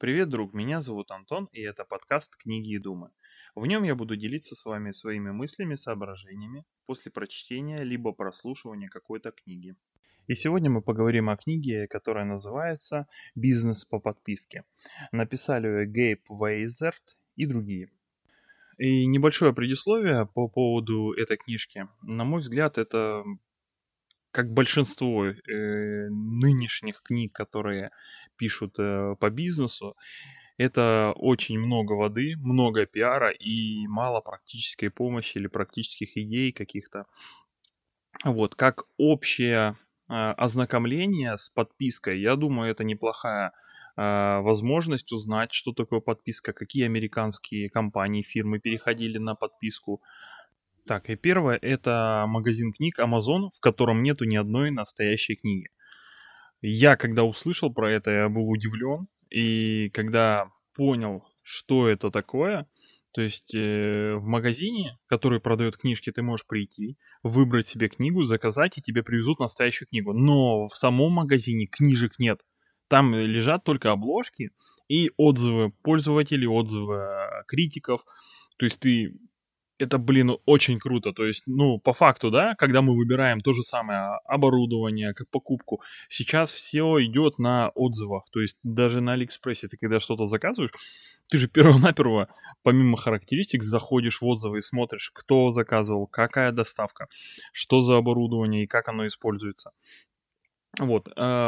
Привет, друг, меня зовут Антон, и это подкаст «Книги и думы». В нем я буду делиться с вами своими мыслями, соображениями после прочтения либо прослушивания какой-то книги. И сегодня мы поговорим о книге, которая называется «Бизнес по подписке». Написали ее Гейб Вейзерт и другие. И небольшое предисловие по поводу этой книжки. На мой взгляд, это как большинство нынешних книг, которые пишут по бизнесу, это очень много воды, много пиара и мало практической помощи или практических идей каких-то. Вот, как общее ознакомление с подпиской, я думаю, это неплохая возможность узнать, что такое подписка, какие американские компании, фирмы переходили на подписку. Так, и первое, это магазин книг Amazon, в котором нету ни одной настоящей книги. Я, когда услышал про это, я был удивлен. И когда понял, что это такое, то есть в магазине, который продает книжки, ты можешь прийти, выбрать себе книгу, заказать, и тебе привезут настоящую книгу. Но в самом магазине книжек нет. Там лежат только обложки и отзывы пользователей, отзывы критиков. То есть ты это, блин, очень круто. То есть, ну, по факту, да, когда мы выбираем то же самое оборудование, как покупку, сейчас все идет на отзывах. То есть даже на Алиэкспрессе ты когда что-то заказываешь, ты же перво-наперво, помимо характеристик, заходишь в отзывы и смотришь, кто заказывал, какая доставка, что за оборудование и как оно используется. Вот.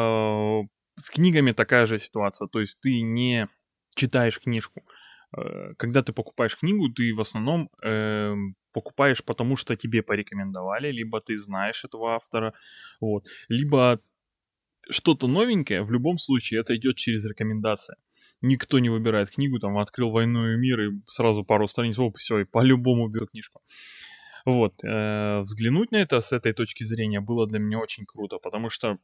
С книгами такая же ситуация. То есть ты не читаешь книжку. Когда ты покупаешь книгу, ты в основном покупаешь потому, что тебе порекомендовали, либо ты знаешь этого автора, вот, либо что-то новенькое, в любом случае это идет через рекомендации. Никто не выбирает книгу, там, открыл «Войну и мир» и сразу пару страниц, оп, все, и по-любому беру книжку. Вот, взглянуть на это с этой точки зрения было для меня очень круто, потому что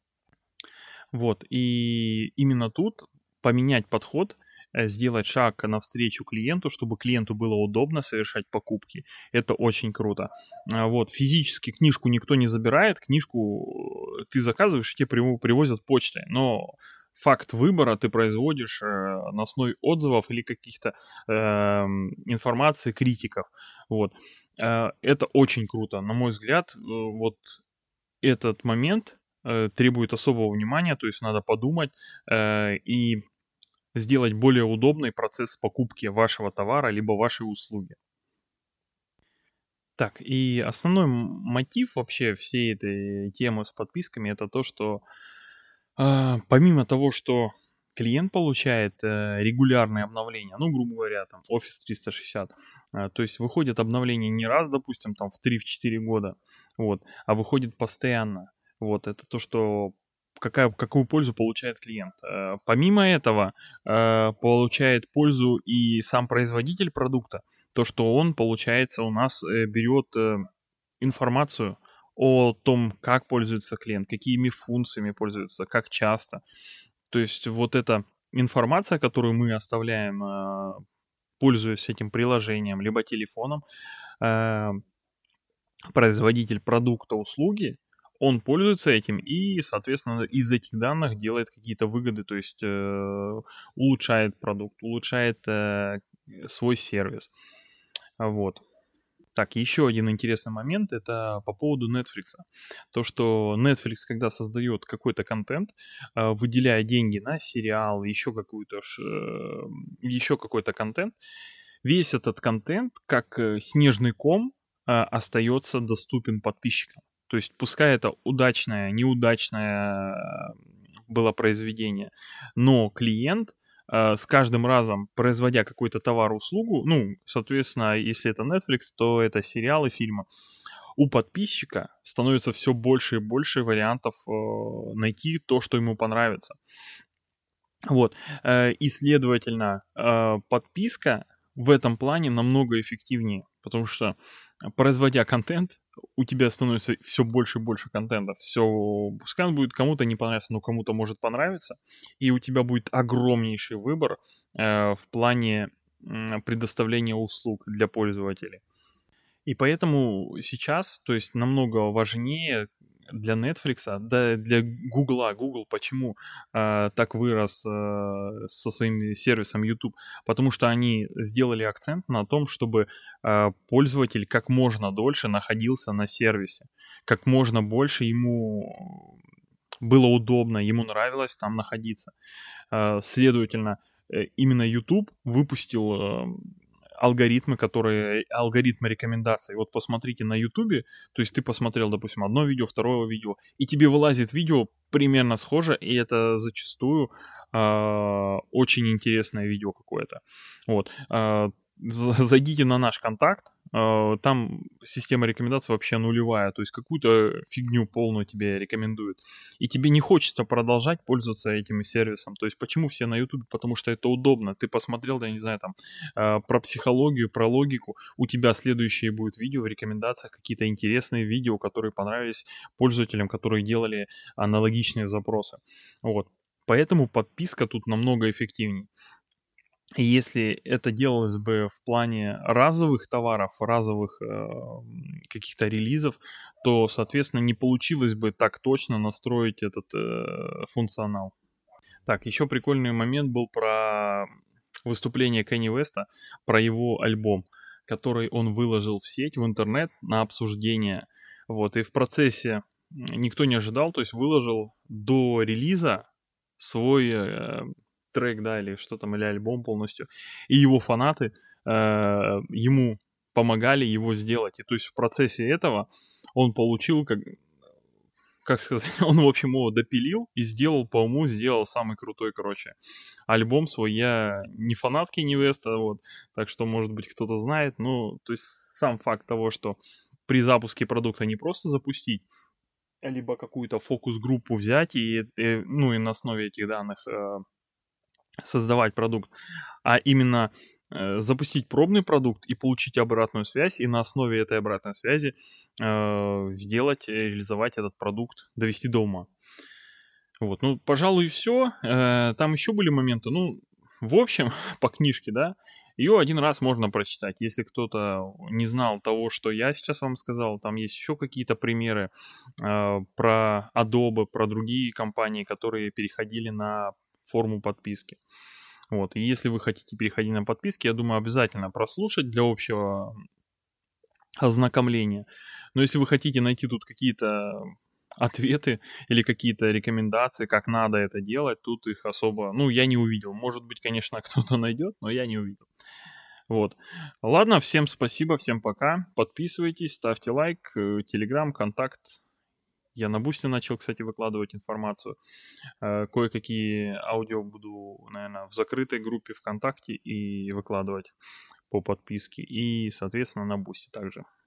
вот, и именно тут поменять подход, сделать шаг навстречу клиенту, чтобы клиенту было удобно совершать покупки. Это очень круто. Вот, физически книжку никто не забирает, книжку ты заказываешь, тебе привозят почтой, но факт выбора ты производишь на основе отзывов или каких-то информации критиков. Вот. Это очень круто. На мой взгляд, вот этот момент требует особого внимания, то есть надо подумать и сделать более удобный процесс покупки вашего товара либо вашей услуги. Так, и основной мотив вообще всей этой темы с подписками это то, что помимо того, что клиент получает регулярные обновления, ну, грубо говоря, там, Office 360, то есть выходит обновление не раз, допустим, там, в 3-4 года, вот, а выходит постоянно. Вот, это то, что какую пользу получает клиент. Помимо этого, получает пользу и сам производитель продукта. То, что он, получается, у нас берет информацию о том, как пользуется клиент, какими функциями пользуется, как часто. То есть вот эта информация, которую мы оставляем, пользуясь этим приложением, либо телефоном, э, производитель продукта, услуги, он пользуется этим и, соответственно, из этих данных делает какие-то выгоды, то есть улучшает продукт, улучшает свой сервис. Вот. Так, еще один интересный момент, это по поводу Netflix. То, что Netflix, когда создает какой-то контент, выделяя деньги на сериал, еще какой-то контент, весь этот контент, как снежный ком, остается доступен подписчикам. То есть, пускай это удачное, неудачное было произведение, но клиент с каждым разом, производя какой-то товар-услугу, ну, соответственно, если это Netflix, то это сериалы, фильмы, у подписчика становится все больше и больше вариантов найти то, что ему понравится. Вот. И, следовательно, подписка в этом плане намного эффективнее, потому что, производя контент, у тебя становится все больше и больше контента. Все, пускай он будет кому-то не понравиться, но кому-то может понравиться, и у тебя будет огромнейший выбор в плане предоставления услуг для пользователей. И поэтому сейчас, то есть намного важнее для Netflix, да для Гугла. Google почему так вырос со своим сервисом YouTube? Потому что они сделали акцент на том, чтобы пользователь как можно дольше находился на сервисе, как можно больше ему было удобно, ему нравилось там находиться. Следовательно, именно YouTube выпустил алгоритмы рекомендаций. Вот посмотрите на YouTube, то есть ты посмотрел, допустим, одно видео, второе видео, и тебе вылазит видео примерно схоже, и это зачастую очень интересное видео какое-то. Вот. Зайдите на наш контакт, там система рекомендаций вообще нулевая, то есть какую-то фигню полную тебе рекомендуют. И тебе не хочется продолжать пользоваться этим сервисом. То есть почему все на YouTube? Потому что это удобно. Ты посмотрел, да, я не знаю, там, про психологию, про логику. У тебя следующие будут видео в рекомендациях, какие-то интересные видео, которые понравились пользователям, которые делали аналогичные запросы. Вот. Поэтому подписка тут намного эффективнее. И если это делалось бы в плане разовых товаров, разовых каких-то релизов, то, соответственно, не получилось бы так точно настроить этот функционал. Так, еще прикольный момент был про выступление Кенни Уэста, про его альбом, который он выложил в сеть, в интернет на обсуждение. Вот, и в процессе никто не ожидал, то есть выложил до релиза свой трек, да, или что там, или альбом полностью. И его фанаты ему помогали его сделать. И то есть в процессе этого он получил, как сказать, он, в общем, его допилил и сделал по уму, сделал самый крутой, короче, альбом свой. Я не фанат Кенни Уэста, вот, так что, может быть, кто-то знает, ну, то есть сам факт того, что при запуске продукта не просто запустить, либо какую-то фокус-группу взять ну, и на основе этих данных создавать продукт, а именно запустить пробный продукт и получить обратную связь, и на основе этой обратной связи реализовать этот продукт, довести до ума. Вот, ну, пожалуй, все. Там еще были моменты, ну, в общем, по книжке, да, ее один раз можно прочитать. Если кто-то не знал того, что я сейчас вам сказал, там есть еще какие-то примеры про Adobe, про другие компании, которые переходили на форму подписки. Вот, и если вы хотите переходить на подписки, я думаю, обязательно прослушать для общего ознакомления. Но если вы хотите найти тут какие-то ответы или какие-то рекомендации, как надо это делать, тут их особо, ну, я не увидел. Может быть, конечно, кто-то найдет, но я не увидел. Вот. Ладно, всем спасибо, всем пока. Подписывайтесь, ставьте лайк, Телеграм, контакт. Я на Бусти начал, кстати, выкладывать информацию. Кое-какие аудио буду, наверное, в закрытой группе ВКонтакте и выкладывать по подписке. И, соответственно, на Бусти также.